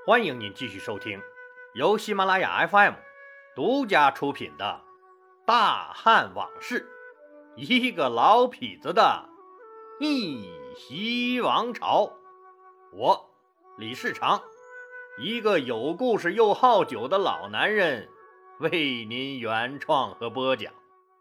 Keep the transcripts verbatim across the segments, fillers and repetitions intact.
欢迎您继续收听由喜马拉雅 F M 独家出品的《大汉往事》，一个老痞子的逆袭王朝。我李世长，一个有故事又好酒的老男人，为您原创和播讲。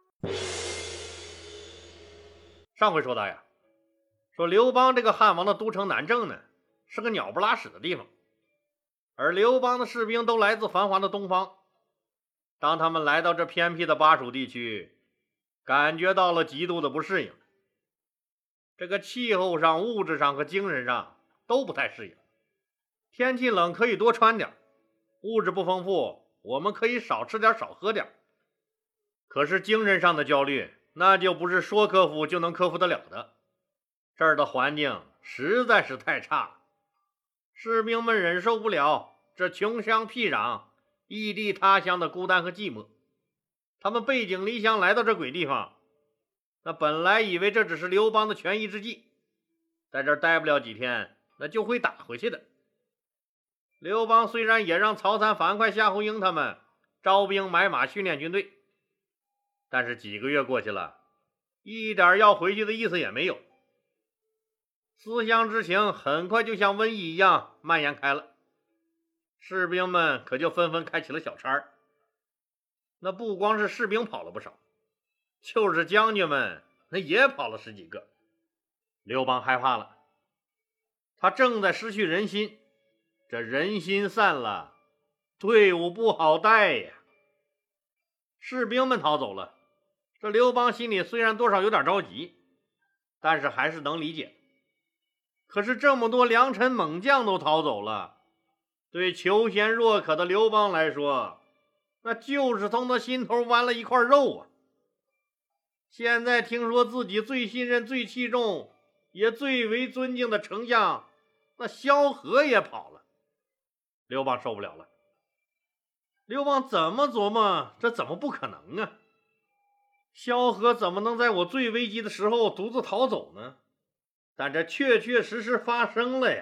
上回说到呀，说刘邦这个汉王的都城南郑呢，是个鸟不拉屎的地方，而刘邦的士兵都来自繁华的东方。当他们来到这偏僻的巴蜀地区，感觉到了极度的不适应。这个气候上、物质上和精神上都不太适应。天气冷可以多穿点，物质不丰富，我们可以少吃点少喝点。可是精神上的焦虑，那就不是说克服就能克服得了的。这儿的环境实在是太差了，士兵们忍受不了这穷乡僻壤、异地他乡的孤单和寂寞。他们背井离乡来到这鬼地方，那本来以为这只是刘邦的权宜之计，在这儿待不了几天，那就会打回去的。刘邦虽然也让曹参、樊哙、夏侯婴他们招兵买马训练军队，但是几个月过去了，一点要回去的意思也没有。思乡之情很快就像瘟疫一样蔓延开了，士兵们可就纷纷开起了小差。那不光是士兵跑了不少，就是将军们那也跑了十几个。刘邦害怕了，他正在失去人心，这人心散了，队伍不好带呀。士兵们逃走了，这刘邦心里虽然多少有点着急，但是还是能理解。可是这么多良臣猛将都逃走了，对求贤若渴的刘邦来说，那就是从他心头剜了一块肉啊。现在听说自己最信任、最器重也最为尊敬的丞相那萧何也跑了，刘邦受不了了。刘邦怎么琢磨，这怎么不可能啊？萧何怎么能在我最危急的时候独自逃走呢？但这确确实实发生了呀。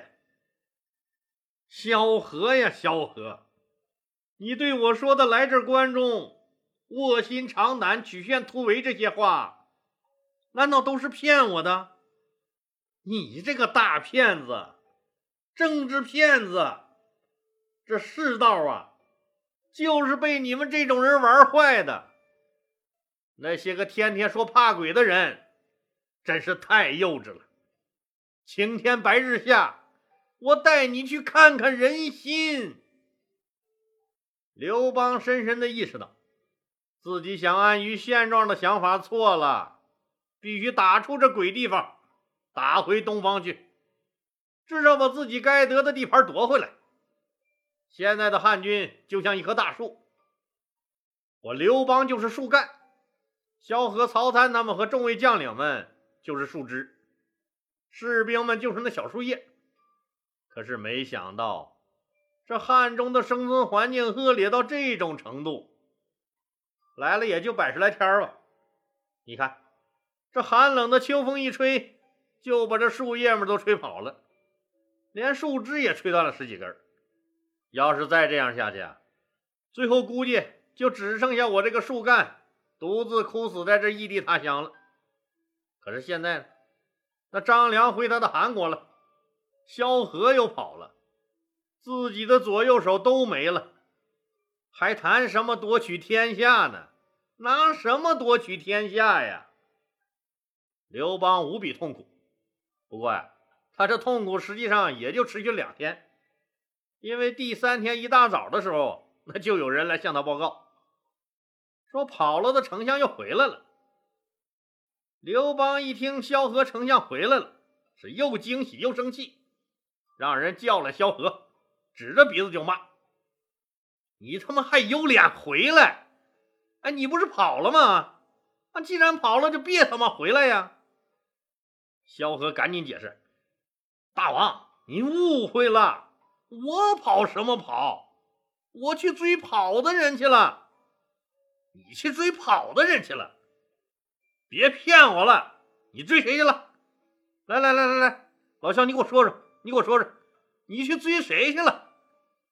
萧何呀，萧何，你对我说的来这关中卧薪尝胆、曲线突围这些话，难道都是骗我的？你这个大骗子，政治骗子，这世道啊，就是被你们这种人玩坏的。那些个天天说怕鬼的人，真是太幼稚了。青天白日下，我带你去看看人心。刘邦深深地意识到，自己想安于现状的想法错了，必须打出这鬼地方，打回东方去，至少把自己该得的地盘夺回来。现在的汉军就像一棵大树，我刘邦就是树干，萧何、曹参他们和众位将领们就是树枝，士兵们就是那小树叶。可是没想到，这汉中的生存环境恶劣到这种程度，来了也就百十来天吧。你看，这寒冷的秋风一吹，就把这树叶们都吹跑了，连树枝也吹断了十几根。要是再这样下去啊，最后估计就只剩下我这个树干独自枯死在这异地他乡了。可是现在呢，那张良回他的韩国了，萧何又跑了，自己的左右手都没了，还谈什么夺取天下呢？拿什么夺取天下呀？刘邦无比痛苦，不过呀，他这痛苦实际上也就持续两天，因为第三天一大早的时候，那就有人来向他报告，说跑了的丞相又回来了。刘邦一听萧何丞相回来了，是又惊喜又生气，让人叫来萧何，指着鼻子就骂：你他妈还有脸回来？哎，你不是跑了吗？啊，既然跑了就别他妈回来呀！萧何赶紧解释：大王，您误会了，我跑什么跑？我去追跑的人去了。你去追跑的人去了？别骗我了，你追谁去了？来来来来来，老萧，你给我说说，你给我说说，你去追谁去了？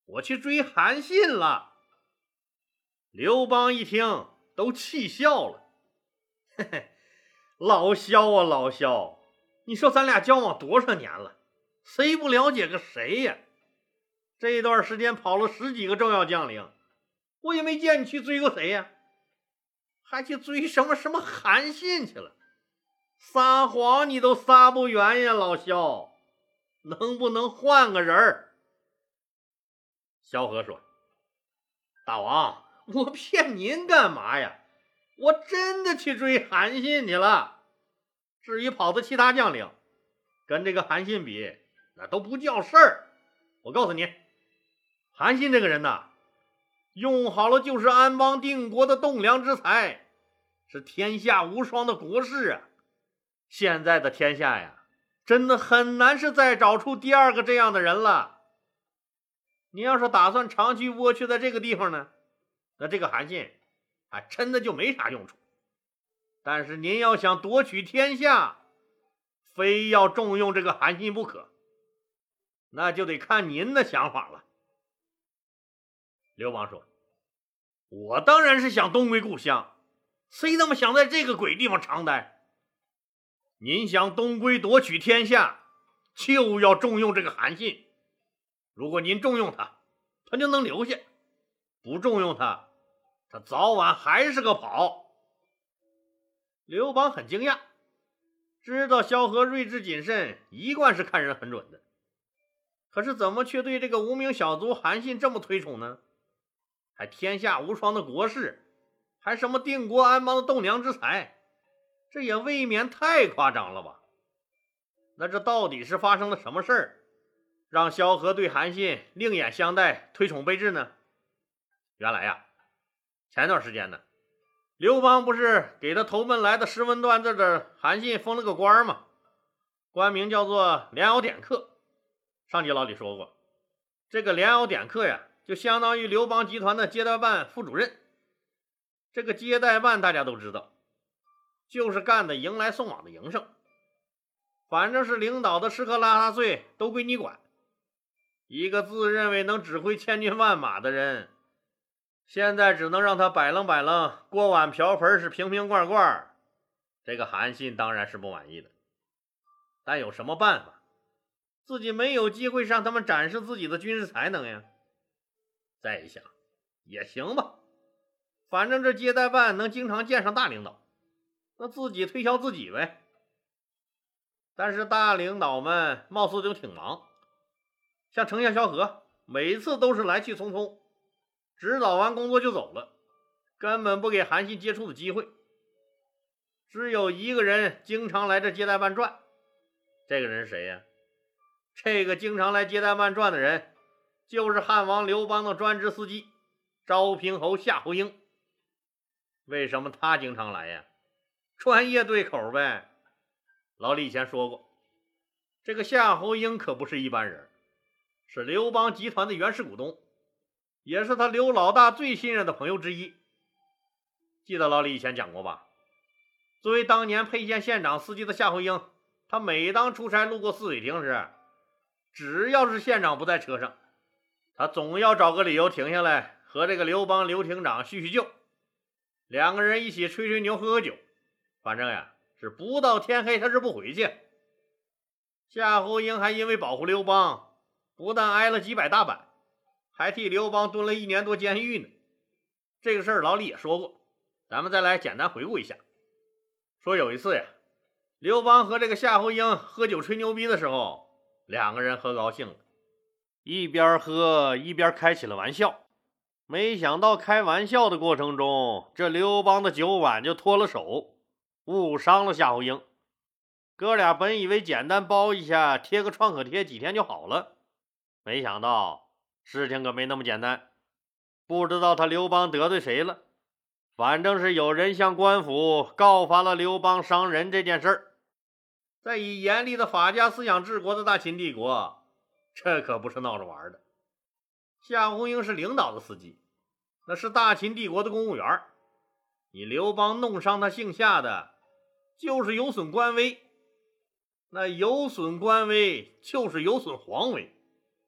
我去追韩信了。刘邦一听都气笑了，嘿嘿，老萧啊老萧，你说咱俩交往多少年了，谁不了解个谁呀？这段时间跑了十几个重要将领，我也没见你去追过谁呀，还去追什么什么韩信去了？撒谎你都撒不圆呀，老萧，能不能换个人儿？萧何说：大王，我骗您干嘛呀？我真的去追韩信去了。至于跑的其他将领，跟这个韩信比，那都不叫事儿。我告诉你，韩信这个人呐，用好了就是安邦定国的栋梁之才，是天下无双的国士啊。现在的天下呀，真的很难是再找出第二个这样的人了。你要是打算长期蜗居在这个地方呢，那这个韩信还真的就没啥用处。但是您要想夺取天下，非要重用这个韩信不可，那就得看您的想法了。刘邦说：我当然是想东归故乡，谁那么想在这个鬼地方长待？您想东归夺取天下，就要重用这个韩信。如果您重用他，他就能留下；不重用他，他早晚还是个跑。刘邦很惊讶，知道萧何睿智谨慎，一贯是看人很准的，可是怎么却对这个无名小卒韩信这么推崇呢？还天下无双的国士，还什么定国安邦的栋梁之才，这也未免太夸张了吧？那这到底是发生了什么事儿，让萧何对韩信另眼相待，推崇备至呢？原来呀，前段时间呢，刘邦不是给他投奔来的识文断字的韩信封了个官吗？官名叫做连敖典客。上集老李说过，这个连敖典客呀，就相当于刘邦集团的接待办副主任。这个接待办大家都知道，就是干的迎来送往的营生，反正是领导的吃喝拉撒睡都归你管。一个自认为能指挥千军万马的人，现在只能让他摆楞摆楞，锅碗瓢盆是瓶瓶罐罐。这个韩信当然是不满意的，但有什么办法？自己没有机会让他们展示自己的军事才能呀。再一想，也行吧，反正这接待办能经常见上大领导，那自己推销自己呗。但是大领导们貌似就挺忙，像丞相萧何每次都是来去匆匆，指导完工作就走了，根本不给韩信接触的机会。只有一个人经常来这接待办转，这个人是谁呀？这个经常来接待办转的人，就是汉王刘邦的专职司机昭平侯夏侯婴。为什么他经常来呀？专业对口呗。老李以前说过，这个夏侯婴可不是一般人，是刘邦集团的原始股东，也是他刘老大最信任的朋友之一。记得老李以前讲过吧？作为当年沛县县长司机的夏侯婴，他每当出差路过泗水亭时，只要是县长不在车上，他总要找个理由停下来和这个刘邦刘亭长叙叙旧，两个人一起吹吹牛喝喝酒，反正呀是不到天黑他是不回去。夏侯婴还因为保护刘邦，不但挨了几百大板，还替刘邦蹲了一年多监狱呢。这个事儿老李也说过，咱们再来简单回顾一下。说有一次呀，刘邦和这个夏侯婴喝酒吹牛逼的时候，两个人喝高兴了，一边喝一边开起了玩笑。没想到开玩笑的过程中，这刘邦的酒碗就脱了手，误伤了夏侯婴。哥俩本以为简单包一下，贴个创可贴几天就好了，没想到事情可没那么简单。不知道他刘邦得罪谁了，反正是有人向官府告发了刘邦伤人这件事儿。在以严厉的法家思想治国的大秦帝国，这可不是闹着玩的。夏侯婴是领导的司机，那是大秦帝国的公务员，你刘邦弄伤他姓夏的，就是有损官威，那有损官威就是有损皇威。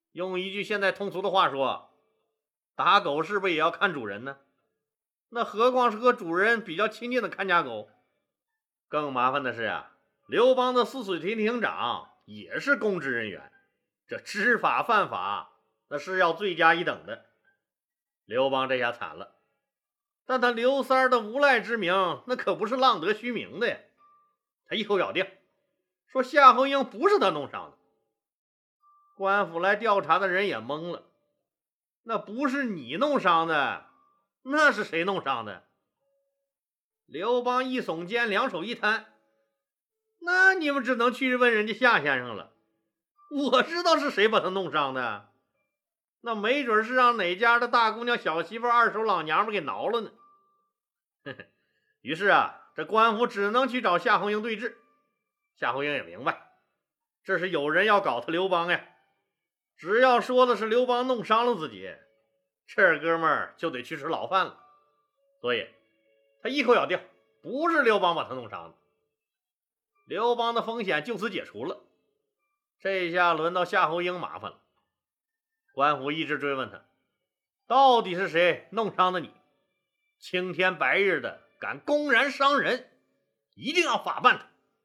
用一句现在通俗的话说，打狗是不是也要看主人呢？那何况是和主人比较亲近的看家狗。更麻烦的是啊，刘邦的泗水亭亭长也是公职人员，这知法犯法，那是要罪加一等的。刘邦这下惨了，但他刘三儿的无赖之名，那可不是浪得虚名的呀。他一口咬定，说夏侯婴不是他弄伤的。官府来调查的人也懵了，那不是你弄伤的，那是谁弄伤的？刘邦一耸肩，两手一摊，那你们只能去问人家夏先生了。我知道是谁把他弄伤的，那没准是让哪家的大姑娘、小媳妇、二手老娘们给挠了呢。于是啊，这官府只能去找夏侯婴对质。夏侯婴也明白，这是有人要搞他刘邦呀。只要说的是刘邦弄伤了自己，这哥们儿就得去吃牢饭了。所以他一口咬定不是刘邦把他弄伤的。刘邦的风险就此解除了。这下轮到夏侯婴麻烦了。官府一直追问他，到底是谁弄伤的你？青天白日的敢公然伤人，一定要法办他。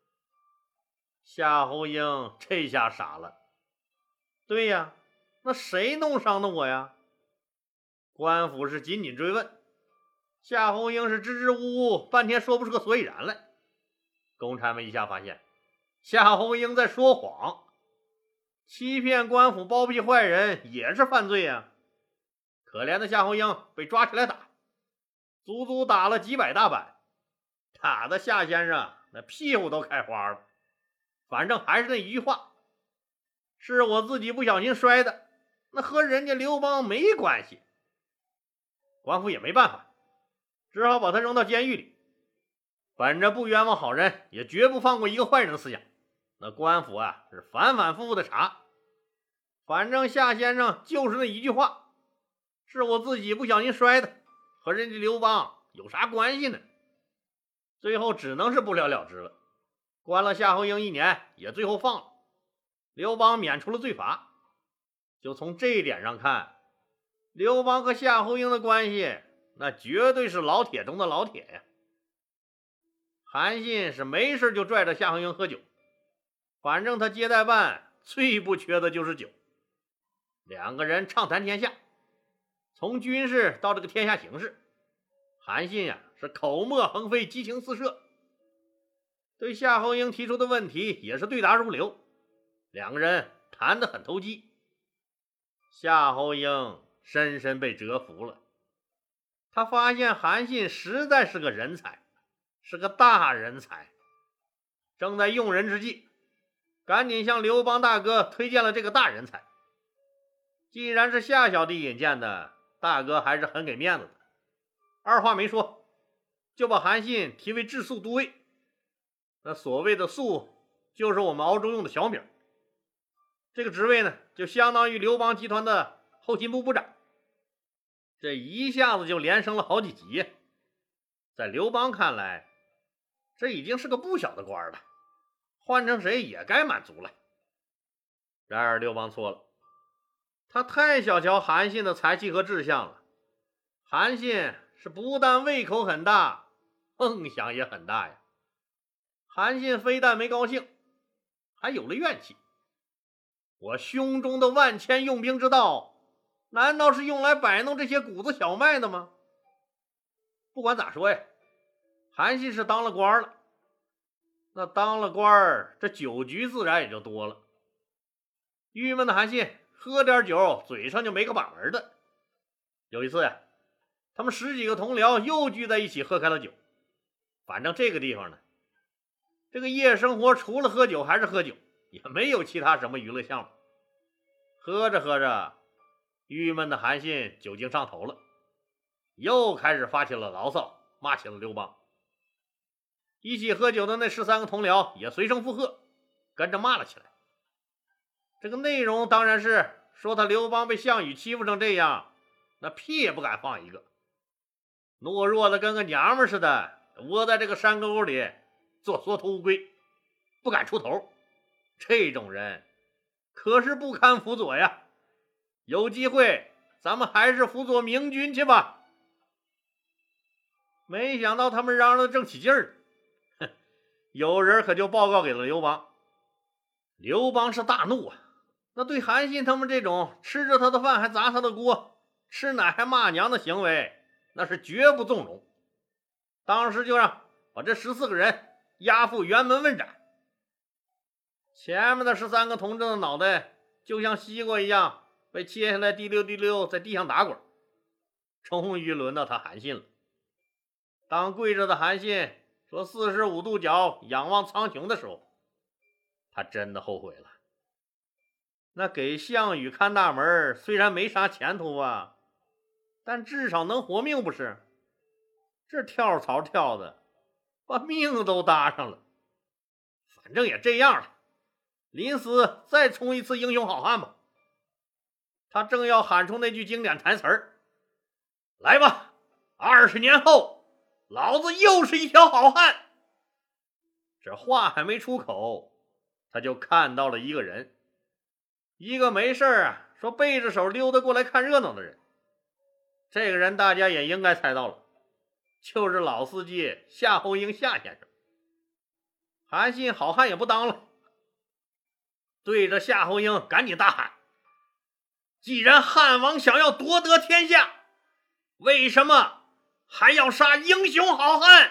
夏侯婴这下傻了。对呀，那谁弄伤的我呀？官府是紧紧追问，夏侯婴是支支吾吾，半天说不出个所以然来。公差们一下发现，夏侯婴在说谎，欺骗官府、包庇坏人也是犯罪呀。可怜的夏侯婴被抓起来打，足足打了几百大板，打的夏先生那屁股都开花了。反正还是那一句话，是我自己不小心摔的，那和人家刘邦没关系。官府也没办法，只好把他扔到监狱里。本着不冤枉好人，也绝不放过一个坏人的思想，那官府啊是反反复复的查。反正夏先生就是那一句话，是我自己不小心摔的，和人家刘邦有啥关系呢？最后只能是不了了之了，关了夏侯婴一年，也最后放了。刘邦免除了罪罚。就从这一点上看，刘邦和夏侯婴的关系那绝对是老铁中的老铁呀。韩信是没事就拽着夏侯婴喝酒，反正他接待办最不缺的就是酒。两个人畅谈天下，从军事到这个天下形势，韩信呀、啊、是口沫横飞，激情四射，对夏侯婴提出的问题也是对答如流，两个人谈得很投机。夏侯婴深深被折服了，他发现韩信实在是个人才，是个大人才。正在用人之际，赶紧向刘邦大哥推荐了这个大人才。既然是夏小弟引荐的，大哥还是很给面子的，二话没说就把韩信提为治粟都尉。那所谓的粟，就是我们熬粥用的小米。这个职位呢，就相当于刘邦集团的后勤部部长。这一下子就连升了好几级，在刘邦看来，这已经是个不小的官了，换成谁也该满足了。然而刘邦错了，他太小瞧韩信的才气和志向了。韩信是不但胃口很大，梦想也很大呀。韩信非但没高兴，还有了怨气。我胸中的万千用兵之道，难道是用来摆弄这些谷子小麦的吗？不管咋说呀，韩信是当了官了，那当了官，这酒局自然也就多了。郁闷的韩信喝点酒，嘴上就没个把门的。有一次呀，他们十几个同僚又聚在一起喝开了酒。反正这个地方呢，这个夜生活除了喝酒还是喝酒，也没有其他什么娱乐项目。喝着喝着，郁闷的韩信酒精上头了，又开始发起了牢骚，骂起了刘邦。一起喝酒的那十三个同僚也随声附和，跟着骂了起来。这个内容当然是说他刘邦被项羽欺负成这样，那屁也不敢放一个，懦弱的跟个娘们似的，窝在这个山沟里做缩头乌龟，不敢出头。这种人可是不堪辅佐呀。 有机会咱们还是辅佐明军去吧。没想到他们嚷嚷的正起劲儿，哼，有人可就报告给了刘邦。刘邦是大怒啊，那对韩信他们这种吃着他的饭还砸他的锅，吃奶还骂娘的行为，那是绝不纵容。当时就让把这十四个人押赴辕门问斩。前面的十三个同志的脑袋就像西瓜一样被切下来，滴溜滴溜在地上打滚。终于轮到他韩信了。当跪着的韩信说四十五度角仰望苍穹的时候，他真的后悔了。那给项羽看大门虽然没啥前途啊，但至少能活命不是？这跳槽跳的把命都搭上了，反正也这样了，临死再冲一次英雄好汉吧。他正要喊出那句经典台词儿：来吧，二十年后老子又是一条好汉。这话还没出口，他就看到了一个人，一个没事啊说背着手溜达过来看热闹的人。这个人大家也应该猜到了，就是老司机夏侯婴夏先生。韩信好汉也不当了，对着夏侯婴赶紧大喊：既然汉王想要夺得天下，为什么还要杀英雄好汉？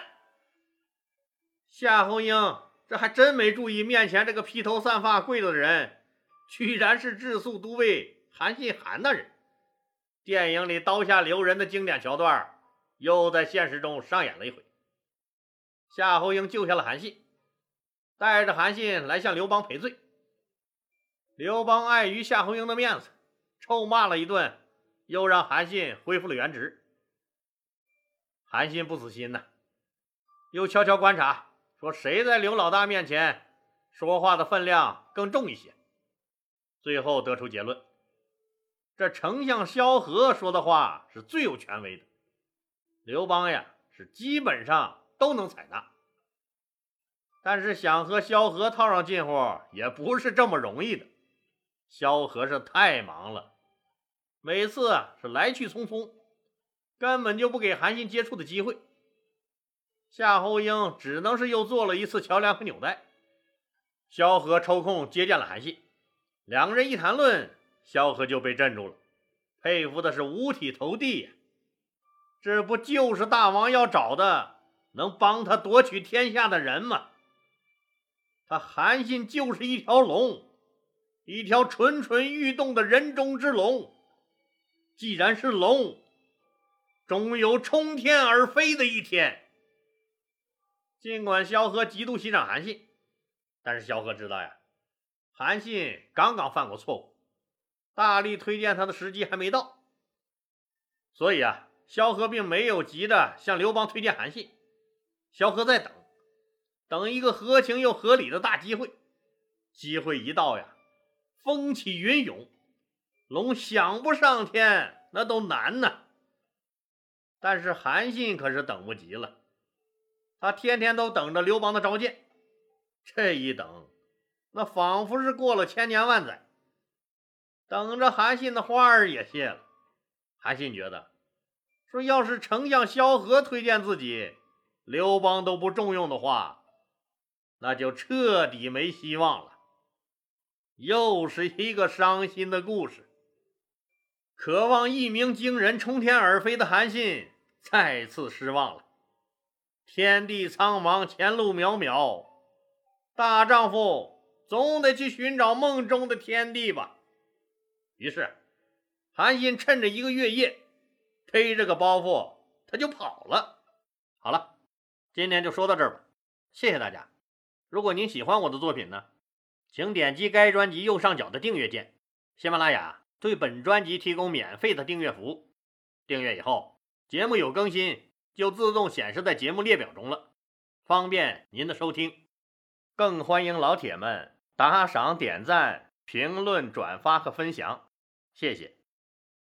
夏侯婴这还真没注意面前这个披头散发跪着的人居然是治粟都尉韩信韩大人。电影里刀下留人的经典桥段又在现实中上演了一回。夏侯婴救下了韩信，带着韩信来向刘邦赔罪。刘邦碍于夏侯婴的面子，臭骂了一顿，又让韩信恢复了原职。韩信不死心呢，又悄悄观察，说谁在刘老大面前说话的分量更重一些。最后得出结论，这丞相萧何说的话是最有权威的，刘邦呀是基本上都能采纳。但是想和萧何套上近乎也不是这么容易的，萧何是太忙了，每次啊是来去匆匆，根本就不给韩信接触的机会。夏侯婴只能是又做了一次桥梁和纽带。萧何抽空接见了韩信，两个人一谈论，萧何就被镇住了，佩服的是五体投地呀。这不就是大王要找的能帮他夺取天下的人吗？他韩信就是一条龙，一条蠢蠢欲动的人中之龙。既然是龙，终有冲天而飞的一天。尽管萧何极度欣赏韩信，但是萧何知道呀，韩信刚刚犯过错误，大力推荐他的时机还没到。所以啊，萧何并没有急着向刘邦推荐韩信，萧何在等，等一个合情又合理的大机会。机会一到呀，风起云涌，龙想不上天那都难呢。但是韩信可是等不及了，他天天都等着刘邦的召见，这一等那仿佛是过了千年万载。等着韩信的花儿也谢了。韩信觉得说，要是丞相萧何推荐自己，刘邦都不重用的话，那就彻底没希望了。又是一个伤心的故事。渴望一鸣惊人、冲天而飞的韩信再次失望了。天地苍茫，前路渺渺，大丈夫总得去寻找梦中的天地吧。于是韩信趁着一个月夜，背着个包袱他就跑了。好了，今天就说到这儿吧，谢谢大家。如果您喜欢我的作品呢，请点击该专辑右上角的订阅键。喜马拉雅对本专辑提供免费的订阅服务，订阅以后节目有更新就自动显示在节目列表中了，方便您的收听。更欢迎老铁们打赏、点赞、评论、转发和分享，谢谢。